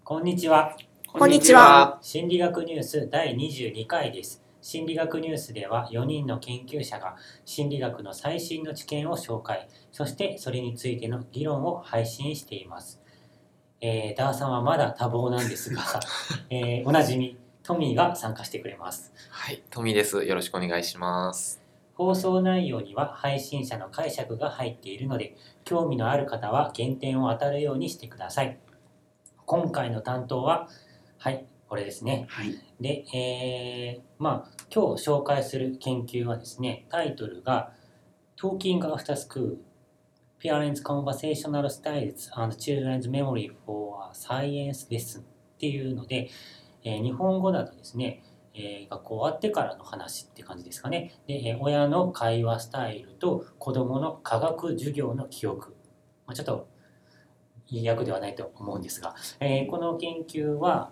こんにちは。 こんにちは。 心理学ニュース第22回です。心理学ニュースでは4人の研究者が心理学の最新の知見を紹介、そしてそれについての議論を配信しています。ダーさんはまだ多忙なんですが、おなじみトミーが参加してくれます。 はい、トミーです。よろしくお願いします。 放送内容には配信者の解釈が入っているので、興味のある方は減点を当たるようにしてください。今回の担当は、はい、これですね。 はい。 で、今日紹介する研究はですね、タイトルが Talking After School Parents Conversational Styles and Children's Memory for a Science Lesson っていうので、日本語だとですね、学校終わってからの話って感じですかね。で、親の会話スタイルと子どもの科学授業の記憶。ちょっといい訳ではないと思うんですが、この研究は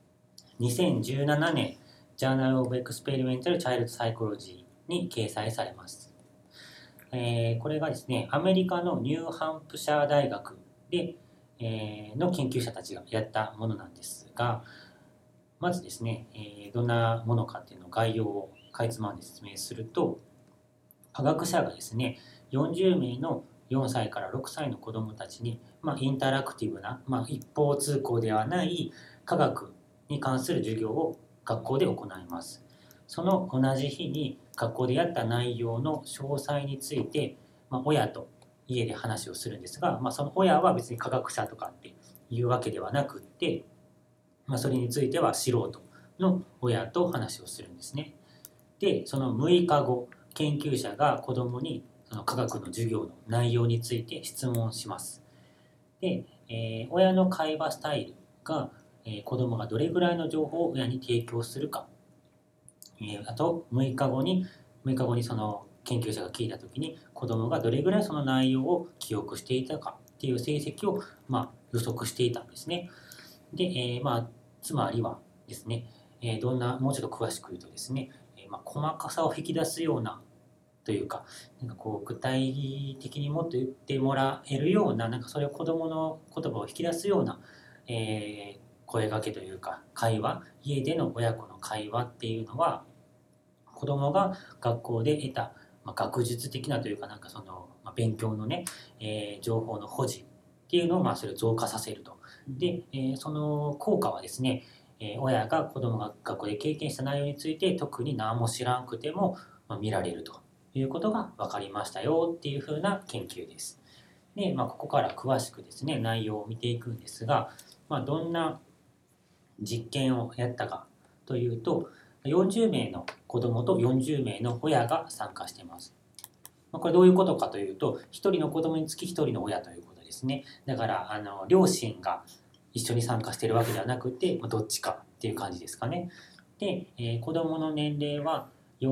2017年 Journal of Experimental Child Psychology に掲載されます。これがですね、アメリカのニューハンプシャー大学で、の研究者たちがやったものなんですが、まずですね、どんなものかっていうのを概要をかいつまんで説明すると、科学者がですね、40名の4歳から6歳の子どもたちに、インタラクティブな、一方通行ではない科学に関する授業を学校で行います。その同じ日に学校でやった内容の詳細について、親と家で話をするんですが、その親は別に科学者とかっていうわけではなくって、それについては素人の親と話をするんですね。で、その6日後、研究者が子どもにその科学の授業の内容について質問します。で、親の会話スタイルが、子どもがどれぐらいの情報を親に提供するか、あと6日後にその研究者が聞いた時に子どもがどれぐらいその内容を記憶していたかっていう成績を、予測していたんですね。で、つまりはですね、もうちょっと詳しく言うとですね、細かさを引き出すようなというか、具体的にもっと言ってもらえるような、それを子どもの言葉を引き出すような、声掛けというか会話、家での親子の会話っていうのは、子どもが学校で得た、学術的なというか、勉強のね、情報の保持っていうのを、それを増加させると。で、その効果はですね、親が子どもが学校で経験した内容について特に何も知らんくても、見られるということが分かりましたよっていうふうな研究です。で、ここから詳しくですね、内容を見ていくんですが、どんな実験をやったかというと、40名の子どもと40名の親が参加しています。これどういうことかというと、1人の子どもにつき1人の親ということですね。だから両親が一緒に参加しているわけではなくて、どっちかっていう感じですかね。で、子どもの年齢は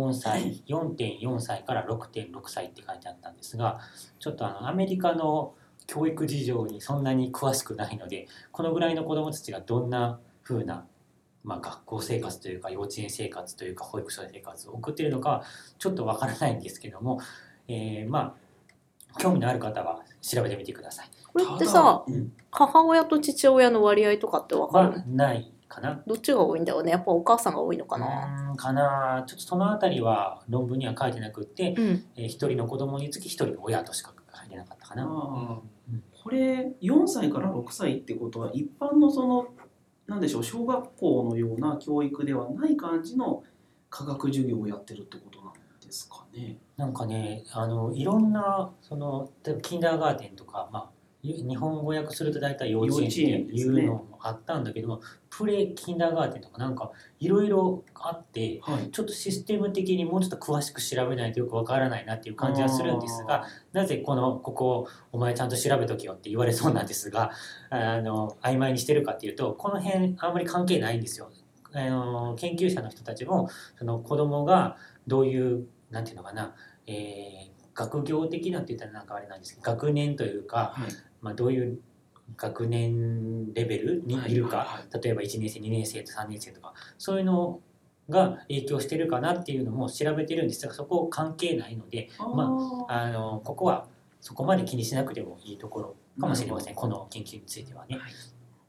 4.4歳から 6.6 歳って書いてあったんですが、ちょっとアメリカの教育事情にそんなに詳しくないので、このぐらいの子どもたちがどんな風な、学校生活というか幼稚園生活というか保育所生活を送っているのかはちょっとわからないんですけども、興味のある方は調べてみてください。 これってさ、母親と父親の割合とかって分かるの？ ないかな。 どっちが多いんだろうね。やっぱお母さんが多いのかな。 かな。ちょっとそのあたりは論文には書いてなくって、一人の子供につき一人の親としか書いてなかったかな。 これ4歳から6歳ってことは一般のなんでしょう、小学校のような教育ではない感じの科学授業をやってるってことなんですかね。 いろんな例えばキンダーガーテンとか、日本語訳すると大体幼稚園っていうのもあったんだけども、プレキンダーガーテンとかいろいろあって、ちょっとシステム的にもうちょっと詳しく調べないとよくわからないなっていう感じはするんですが、なぜここお前ちゃんと調べとけよって言われそうなんですが、曖昧にしてるかっていうと、この辺あんまり関係ないんですよ。研究者の人たちもその子供がどういうなんていうのかな、学業的なって言ったらあれなんですけど、学年というか、どういう学年レベルにいるか、例えば1年生2年生と3年生とかそういうのが影響してるかなっていうのも調べてるんですが、そこ関係ないので、ここはそこまで気にしなくてもいいところかもしれません、この研究についてはね。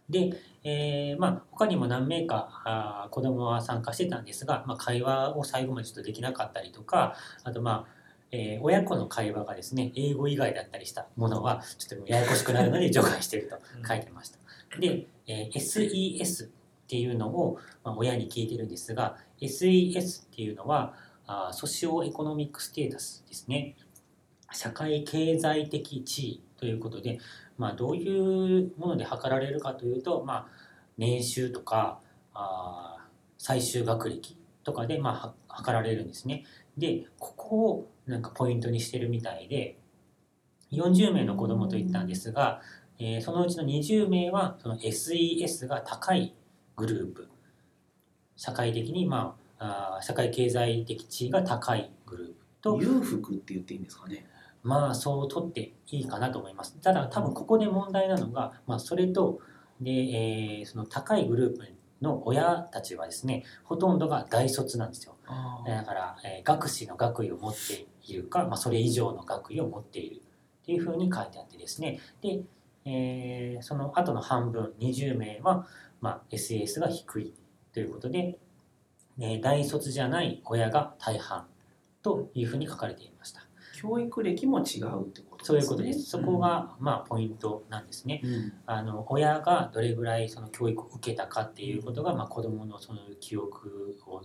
で、他にも何名か子供は参加してたんですが、会話を最後までちょっとできなかったりとか、あと親子の会話がですね、英語以外だったりしたものはちょっとややこしくなるので除外していると書いてました。で、SES っていうのを、親に聞いてるんですが、SES っていうのはソシオエコノミックステータスですね。社会経済的地位ということで、どういうもので測られるかというと、年収とか最終学歴とかで測られるんですね。で、ここをなんかポイントにしてるみたいで、40名の子供といったんですが、そのうちの20名はその SES が高いグループ、社会的に社会経済的地位が高いグループと、 裕福って言っていいんですかね。 そう取っていいかなと思います。ただ多分ここで問題なのが、それとで、その高いグループの親たちはですね、ほとんどが大卒なんですよ。だから、学士の学位を持っているか、それ以上の学位を持っているっていうふうに書いてあってですね、で、その後の半分20名は、SAS が低いということで、大卒じゃない親が大半というふうに書かれていました。 教育歴も違うってことですね。 そういうことです。そこが、ポイントなんですね。親がどれぐらいその教育を受けたかっていうことが、子どものその記憶を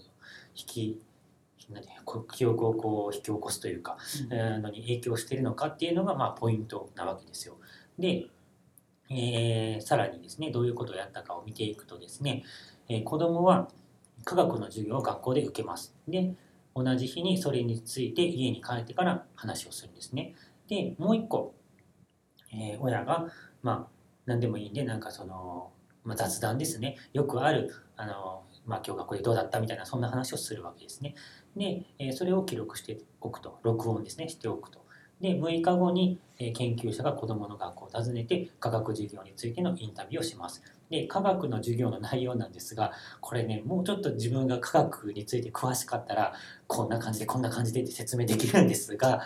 記憶をこう引き起こすというか、のに影響しているのかっていうのが、ポイントなわけですよ。で、さらにですね、どういうことをやったかを見ていくとですね、子どもは科学の授業を学校で受けます。で、同じ日にそれについて家に帰ってから話をするんですね。で、もう一個、親が、何でもいいんで、なんかその、雑談ですね。よくある、今日学校でどうだったみたいな、そんな話をするわけですね。で、それを記録しておくと、録音ですね、しておくと。で、6日後に研究者が子どもの学校を訪ねて、科学授業についてのインタビューをします。で、科学の授業の内容なんですが、これね、もうちょっと自分が科学について詳しかったら、こんな感じでこんな感じでって説明できるんですが、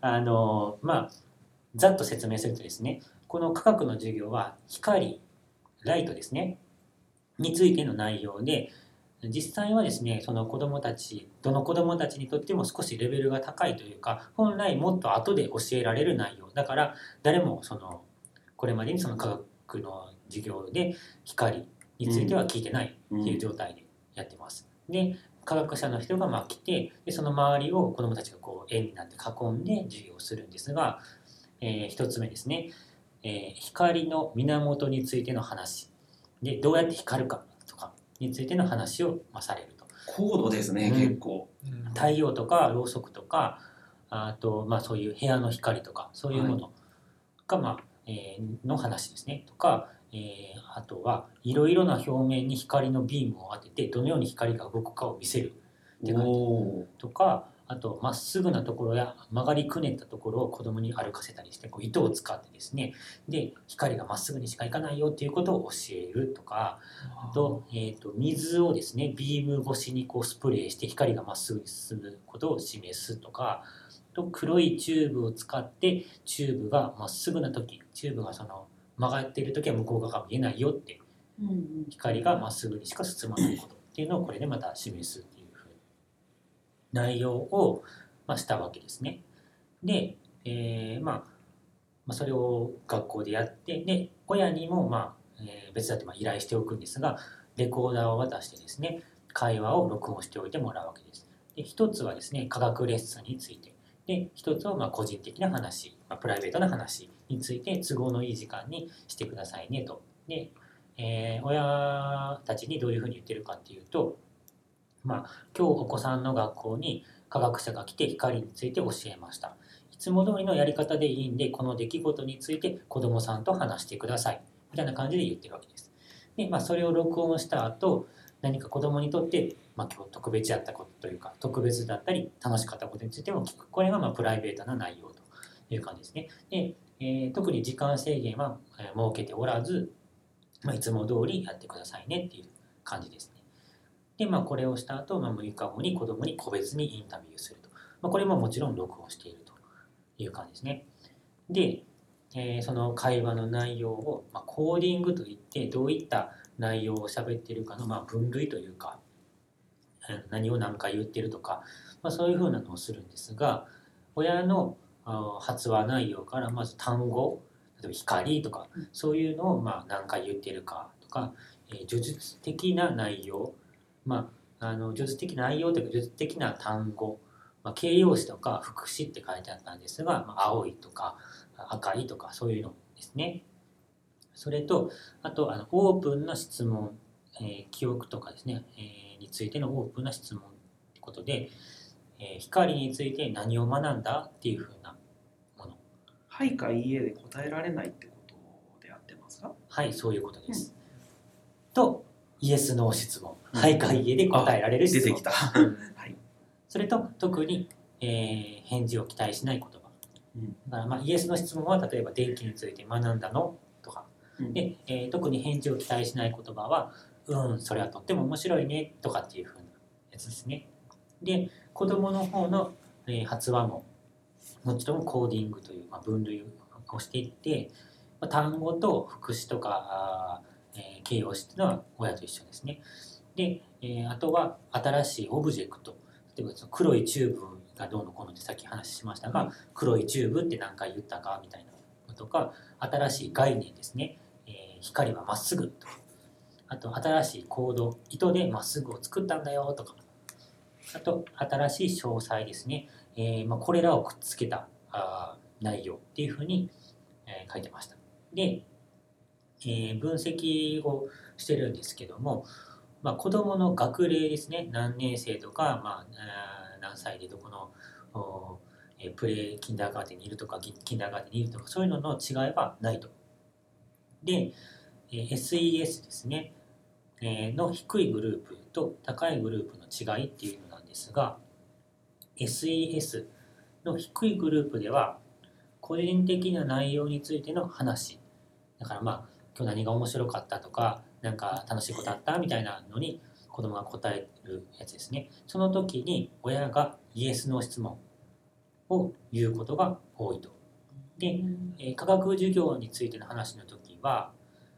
ざっと説明するとですね、この科学の授業は光、ライトですね、についての内容で、実際はですね、その子どもたち、どの子どもたちにとっても少しレベルが高いというか、本来もっと後で教えられる内容だから、誰もこれまでにその科学の授業で光については聞いてないっていう状態でやってます。で、科学者の人が来て、でその周りを子どもたちがこう円になって囲んで授業をするんですが、一つ目ですね、光の源についての話で、どうやって光るかとかについての話をされると。 高度ですね、結構。 太陽とかろうそくとか、あとそういう部屋の光とかそういうものが、の話ですね。とか、あとはいろいろな表面に光のビームを当ててどのように光が動くかを見せるって書いてあるとか、あとまっすぐなところや曲がりくねったところを子供に歩かせたりして、こう糸を使ってですね、で光がまっすぐにしか行かないよっていうことを教えるとか、あと、水をですねビーム越しにこうスプレーして光がまっすぐに進むことを示すとか、と黒いチューブを使ってチューブがまっすぐな時、チューブがその曲がっている時は向こう側が見えないよって、光がまっすぐにしか進まないことっていうのをこれでまた示すっていうふうに内容をしたわけですね。で、それを学校でやって、で親にも別だって依頼しておくんですが、レコーダーを渡してですね会話を録音しておいてもらうわけです。で一つはですね科学レッスンについて、で一つは個人的な話、プライベートな話について都合のいい時間にしてくださいねと。で、親たちにどういうふうに言ってるかっていうと、今日お子さんの学校に科学者が来て光について教えました。いつも通りのやり方でいいんで、この出来事について子どもさんと話してくださいみたいな感じで言ってるわけです。で、それを録音した後、何か子どもにとって、今日特別やったことというか、特別だったり楽しかったことについても聞く。これがプライベートな内容という感じですね。で、特に時間制限は設けておらず、いつも通りやってくださいねっていう感じですね。で、これをした後、6日後に子どもに個別にインタビューすると。これももちろん録音しているという感じですね。で、 その会話の内容を、コーディングといってどういった内容を喋っているかの、分類というか、何を何回言ってるとか、そういうふうなのをするんですが、親の発話内容からまず単語、例えば光とかそういうのを何回言ってるかとか、叙述的な内容、叙述的な内容というか叙述的な単語、形容詞とか副詞って書いてあったんですが、青いとか赤いとかそういうのですね。それとあとオープンな質問、記憶とかですね、についてのオープンな質問ってことで、光について何を学んだっていうふうなもの。 はいかいいえで答えられないってことであってますか？ はい、そういうことです。とイエス・ノー質問、はいかいいえで答えられる質問。 出てきた。はい。 それと特に、返事を期待しない言葉。だからイエスの質問は例えば電気について学んだのとか、で、特に返事を期待しない言葉はそれはとっても面白いねとかっていう風なやつですね。で、子供の方の、発話ももちろんコーディングという、分類をしていって、単語と副詞とか形容詞っていうのは親と一緒ですね。で、あとは新しいオブジェクト、例えばその黒いチューブがどうのこうのってさっき話しましたが、黒いチューブって何回言ったかみたいなのとか、新しい概念ですね、光はまっすぐとか、あと新しいコード、糸でまっすぐを作ったんだよとか、あと新しい詳細ですね、これらをくっつけた内容っていうふうに、書いてました。で、分析をしてるんですけども、子どもの学齢ですね、何年生とか、何歳でどこのプレーキンダーガーテンにいるとかキンダーガーテンにいるとかそういうのの違いはないと。で、SES ですね、の低いグループと高いグループの違いっていうのなんですが、 SES の低いグループでは個人的な内容についての話だから、今日何が面白かったとかなんか楽しいことあったみたいなのに子供が答えるやつですね。その時に親がイエスの質問を言うことが多いと。で、科学授業についての話の時は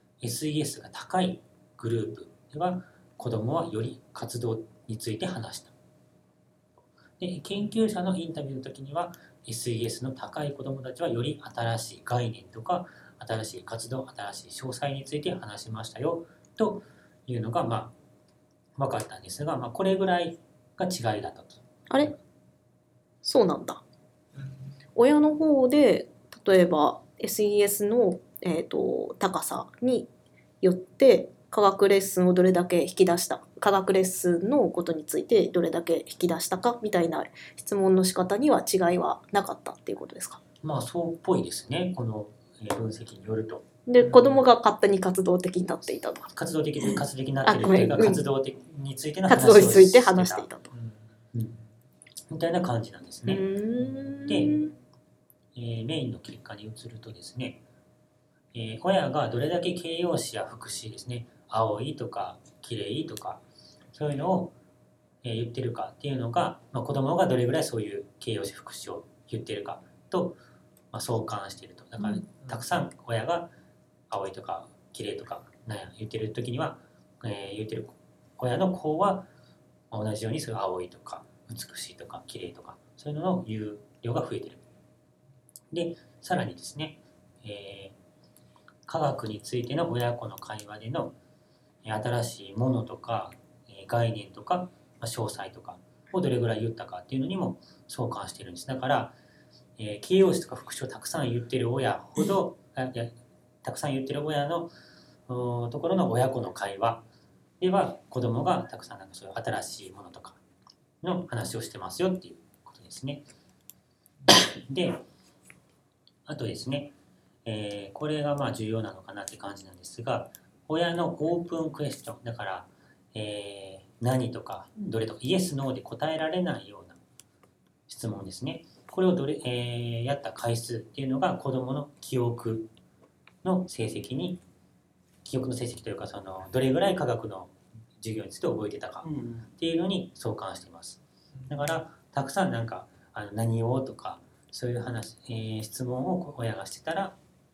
SES が高いグループでは子供はより活動について話した。で、研究者のインタビューの時には SES の高い子供たちはより新しい概念とか新しい活動、新しい詳細について話しましたよというのが分かったんですが、これぐらいが違いだったと。 あれそうなんだ。親の方で例えば SES の、高さによって科学レッスンをどれだけ引き出した科学レッスンのことについてどれだけ引き出したかみたいな質問の仕方には違いはなかったっていうことですか？ そうっぽいですね、この分析によると。 で子供が勝手に活動的になっていたと。 活動的になってるというか、活動的についての活動について話していたと。 みたいな感じなんですね。で、メインの結果に移るとですね、親がどれだけ形容詞や副詞ですね、青いとか綺麗とかそういうのを言ってるかっていうのが、子供がどれぐらいそういう形容詞副詞を言ってるかと、相関していると。だからたくさん親が青いとか綺麗とか言ってる時には、言ってる親の子は同じようにそういう青いとか美しいとか綺麗とかそういうのの言う量が増えてる。で、さらにですね、科学についての親子の会話での新しいものとか概念とか詳細とかをどれぐらい言ったかっていうのにも相関してるんです。だから、形容詞とか副詞をたくさん言ってる親ほどたくさん言ってる親のところの親子の会話では子供がたくさんそういう新しいものとかの話をしてますよっていうことですね。で、あとですね、これが重要なのかなって感じなんですが、親のオープンクエスチョンだから、何とかどれとかイエス・ノーで答えられないような質問ですね。これをやった回数っていうのが子どもの記憶の成績というかどれぐらい科学の授業について覚えてたかっていうのに相関しています。だからたくさん何をとかそういう質問を親がしてたら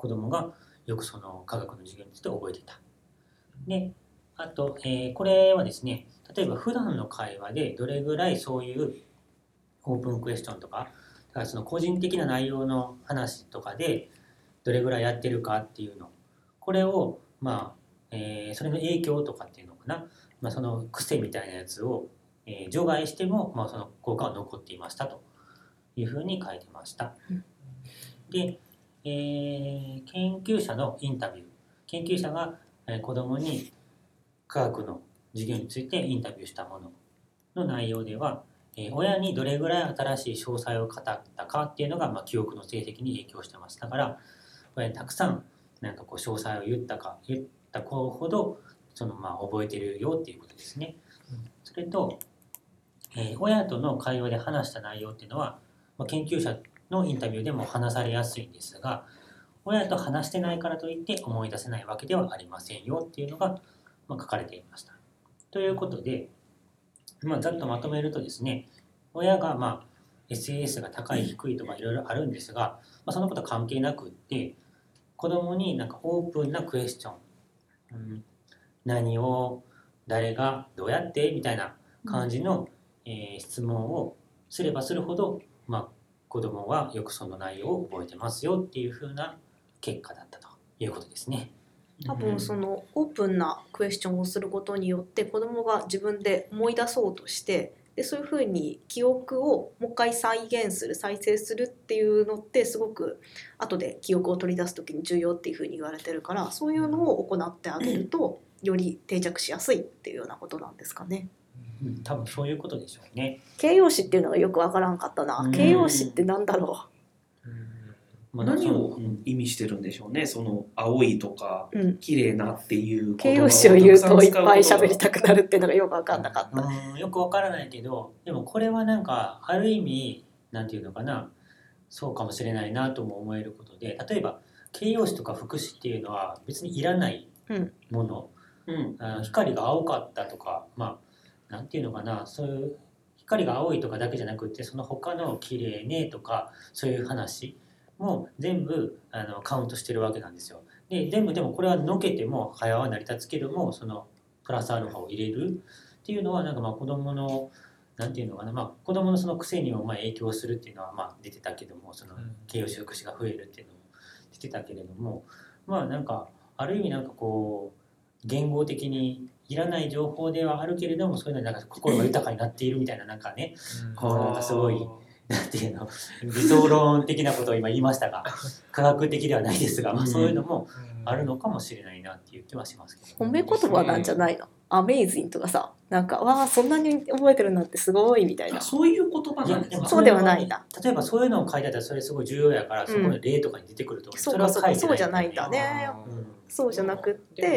子供がよくその科学の授業について覚えてた。で、あと、これはですね、例えば普段の会話でどれぐらいそういうオープンクエスチョンとか、だからその個人的な内容の話とかでどれぐらいやってるかっていうの、これをそれの影響とかっていうのかな、その癖みたいなやつを、除外しても、その効果は残っていましたというふうに書いてました。で、研究者のインタビュー、研究者が子どもに科学の授業についてインタビューしたものの内容では、親にどれぐらい新しい詳細を語ったかっていうのが、記憶の成績に影響してます。だから親にたくさん詳細を言った子ほど覚えてるよっていうことですね。それと、親との会話で話した内容っていうのは、研究者のインタビューでも話されやすいんですが、親と話してないからといって思い出せないわけではありませんよっていうのが、書かれていました。ということで、ざっとまとめるとですね、親がSAS が高い低いとかいろいろあるんですが、そのことは関係なくって、子供にオープンなクエスチョン、何を誰がどうやってみたいな感じの、質問をすればするほど、子供はよくその内容を覚えてますよっていう風な結果だったということですね。 多分そのオープンなクエスチョンをすることによって子どもが自分で思い出そうとして、でそういうふうに記憶をもう一回再生するっていうのってすごく後で記憶を取り出す時に重要っていうふうに言われてるから、そういうのを行ってあげるとより定着しやすいっていうようなことなんですかね。 多分そういうことでしょうね。 形容詞っていうのがよくわからんかったな。形容詞ってなんだろ何を意味してるんでしょうね。その青いとか綺麗なっていう形容詞を言うといっぱい喋りたくなるっていうのがよくわかんなかった。 よくわからないけど、でもこれはある意味なんていうのかな、そうかもしれないなとも思えることで、例えば形容詞とか副詞っていうのは別にいらないもの、光が青かったとか、なんていうのかな、そういう光が青いとかだけじゃなくて、その他の綺麗ねとかそういう話も全部カウントしてるわけなんですよ。で全部でもこれはのけても会話は成り立つけども、そのプラスアルファを入れるっていうのは子供のなんていうのかな、子供のその癖にも影響するっていうのは出てたけども、その形容詞副詞が増えるっていうのも出てたけれども、ある意味言語的にいらない情報ではあるけれども、そういうのに心が豊かになっているみたいなすごいなんていうの、理想論的なことを今言いましたが、科学的ではないですが、そういうのもあるのかもしれないなっていう気はしますけど。 褒め言葉なんじゃないの？アメイジンとかさ、わあそんなに覚えてるなんてすごいみたいな。 そういう言葉なんですか？ そうではないんだ。 例えばそういうのを書いてあったらそれすごい重要やから、そこの例とかに出てくると思う。 そうかそうじゃないんだね。そうじゃなくって、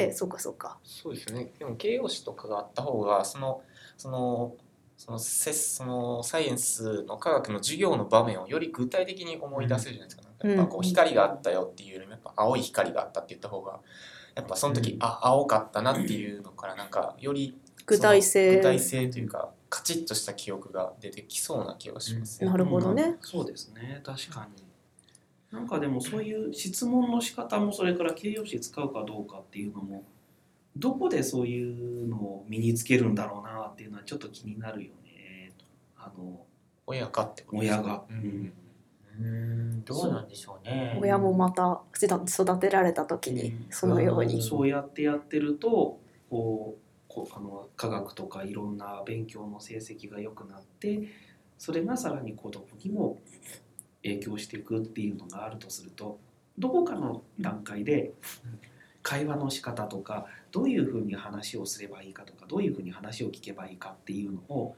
そうか。 そうですね。でも形容詞とかがあった方がそのサイエンスの科学の授業の場面をより具体的に思い出せるじゃないですか。やっぱ光があったよっていうよりもやっぱ青い光があったって言った方がやっぱその時、青かったなっていうのからより具体性というかカチッとした記憶が出てきそうな気がしますね。 なるほどね。 そうですね、確かに。でもそういう質問の仕方も、それから形容詞使うかどうかっていうのも、どこでそういうのを身につけるんだろうなっていうのはちょっと気になるよね。 親がってことですか？ 親が。 どうなんでしょうね。 親もまた育てられた時にそのように、 そうやってると科学とかいろんな勉強の成績が良くなって、それがさらに子供にも影響していくっていうのがあるとすると、どこかの段階で会話の仕方とか、どういうふうに話をすればいいかとか、どういうふうに話を聞けばいいかっていうのを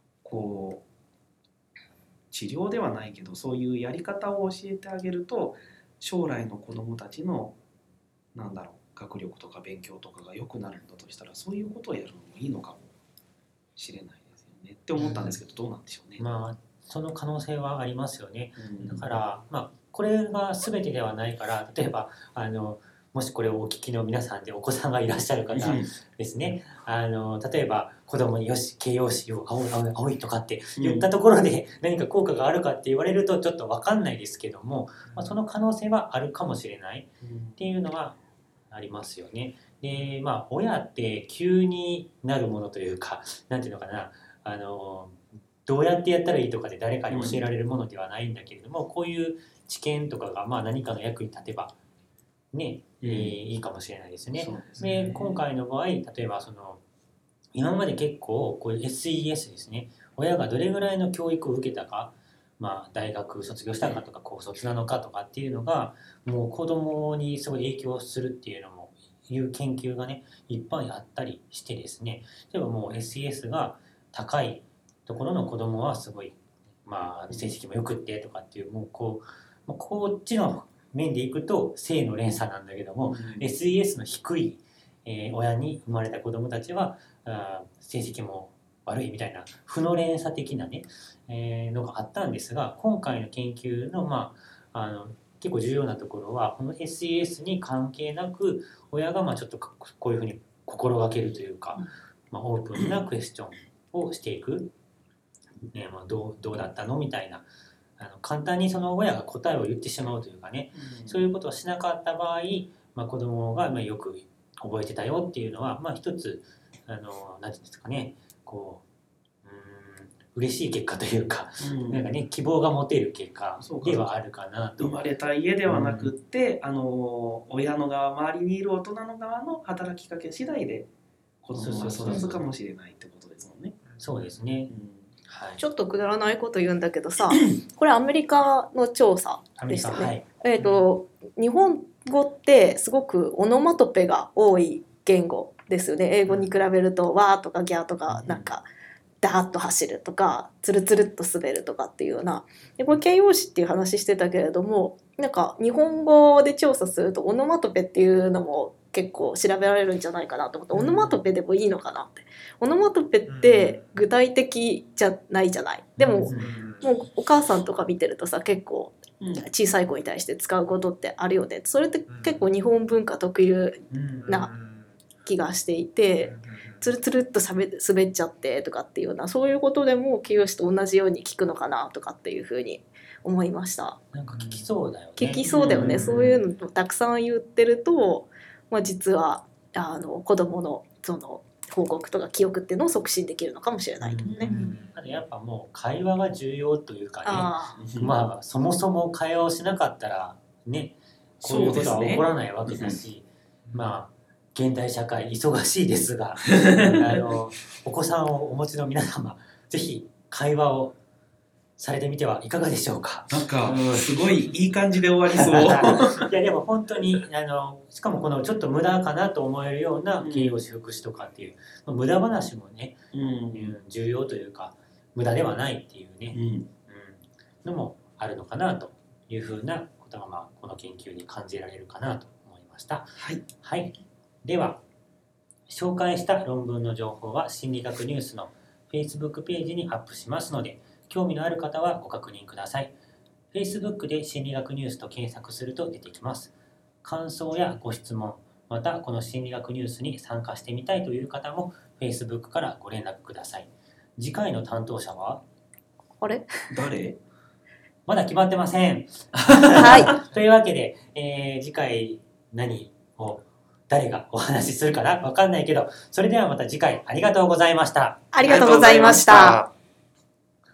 治療ではないけどそういうやり方を教えてあげると、将来の子どもたちの学力とか勉強とかが良くなるんだとしたら、そういうことをやるのもいいのかもしれないですよねって思ったんですけど、どうなんでしょうね。 その可能性はありますよね。だからこれが全てではないから、例えばもしこれをお聞きの皆さんでお子さんがいらっしゃる方ですね、例えば子供によし形容詞を青い青い青いとかって言ったところで何か効果があるかって言われるとちょっと分かんないですけども、その可能性はあるかもしれないっていうのはありますよね。で親って急になるものというか、なんていうのかな、どうやってやったらいいとかで誰かに教えられるものではないんだけれども、こういう知見とかが何かの役に立てばね、いいかもしれないですね。で今回の場合、例えば今まで結構こういう SES ですね、親がどれぐらいの教育を受けたか、大学卒業したかとか高卒なのかとかっていうのがもう子供にすごい影響するっていうのもいう研究がねいっぱいあったりしてですね、例えばもう SES が高いところの子供はすごい成績もよくってとかっていう、もうこっちの面でいくと正の連鎖なんだけども、SES の低い、親に生まれた子どもたちは成績も悪いみたいな負の連鎖的なね、のがあったんですが、今回の研究の結構重要なところはこの SES に関係なく親がちょっとこういうふうに心がけるというか、オープンなクエスチョンをしていく、どうだったのみたいな、簡単にその親が答えを言ってしまうというかね、そういうことをしなかった場合、子供がよく覚えてたよっていうのは、一つ何て言うんですかね、嬉しい結果というか、なんかね、希望が持てる結果ではあるかなと。 生まれた家ではなくって、親の側、周りにいる大人の側の働きかけ次第で子供が育つかもしれないってことですもんね。 そうですね。はい、 ちょっとくだらないこと言うんだけどさ、これアメリカの調査でしたね。日本語ってすごくオノマトペが多い言語ですよね。英語に比べるとわーとかギャーとかなんかダーッと走るとかツルツルっと滑るとかっていうような、でこれ形容詞っていう話してたけれども、なんか日本語で調査するとオノマトペっていうのも結構調べられるんじゃないかなと思って、オノマトペでもいいのかなって。オノマトペって具体的じゃないじゃない。でも、もうお母さんとか見てるとさ、結構小さい子に対して使うことってあるよね。それって結構日本文化特有な気がしていて、つるつるっと滑っちゃってとかっていうような、そういうことでも形容詞と同じように聞くのかなとかっていうふうに思いました。 なんか聞きそうだよね。 聞きそうだよね。そういうのをたくさん言ってると、実は子供のその報告とか記憶っていうのを促進できるのかもしれないけどね。 やっぱもう会話が重要というかね、そもそも会話をしなかったらね、こういうことは起こらないわけだし、現代社会忙しいですがお子さんをお持ちの皆様、ぜひ会話をされてみてはいかがでしょうか。 なんかすごいいい感じで終わりそう。 いやでも本当にしかもこのちょっと無駄かなと思えるような形容詞副詞とかっていう、無駄話もね、重要というか無駄ではないっていうね、のもあるのかなというふうなことがこの研究に感じられるかなと思いました。はい。では紹介した論文の情報は心理学ニュースの Facebook ページにアップしますので、興味のある方はご確認ください。Facebook で心理学ニュースと検索すると出てきます。感想やご質問、またこの心理学ニュースに参加してみたいという方も Facebook からご連絡ください。次回の担当者はあれ？ 誰？ まだ決まってません。 はい。 というわけで、次回誰がお話しするかなわかんないけど、それではまた次回ありがとうございました。 ありがとうございました。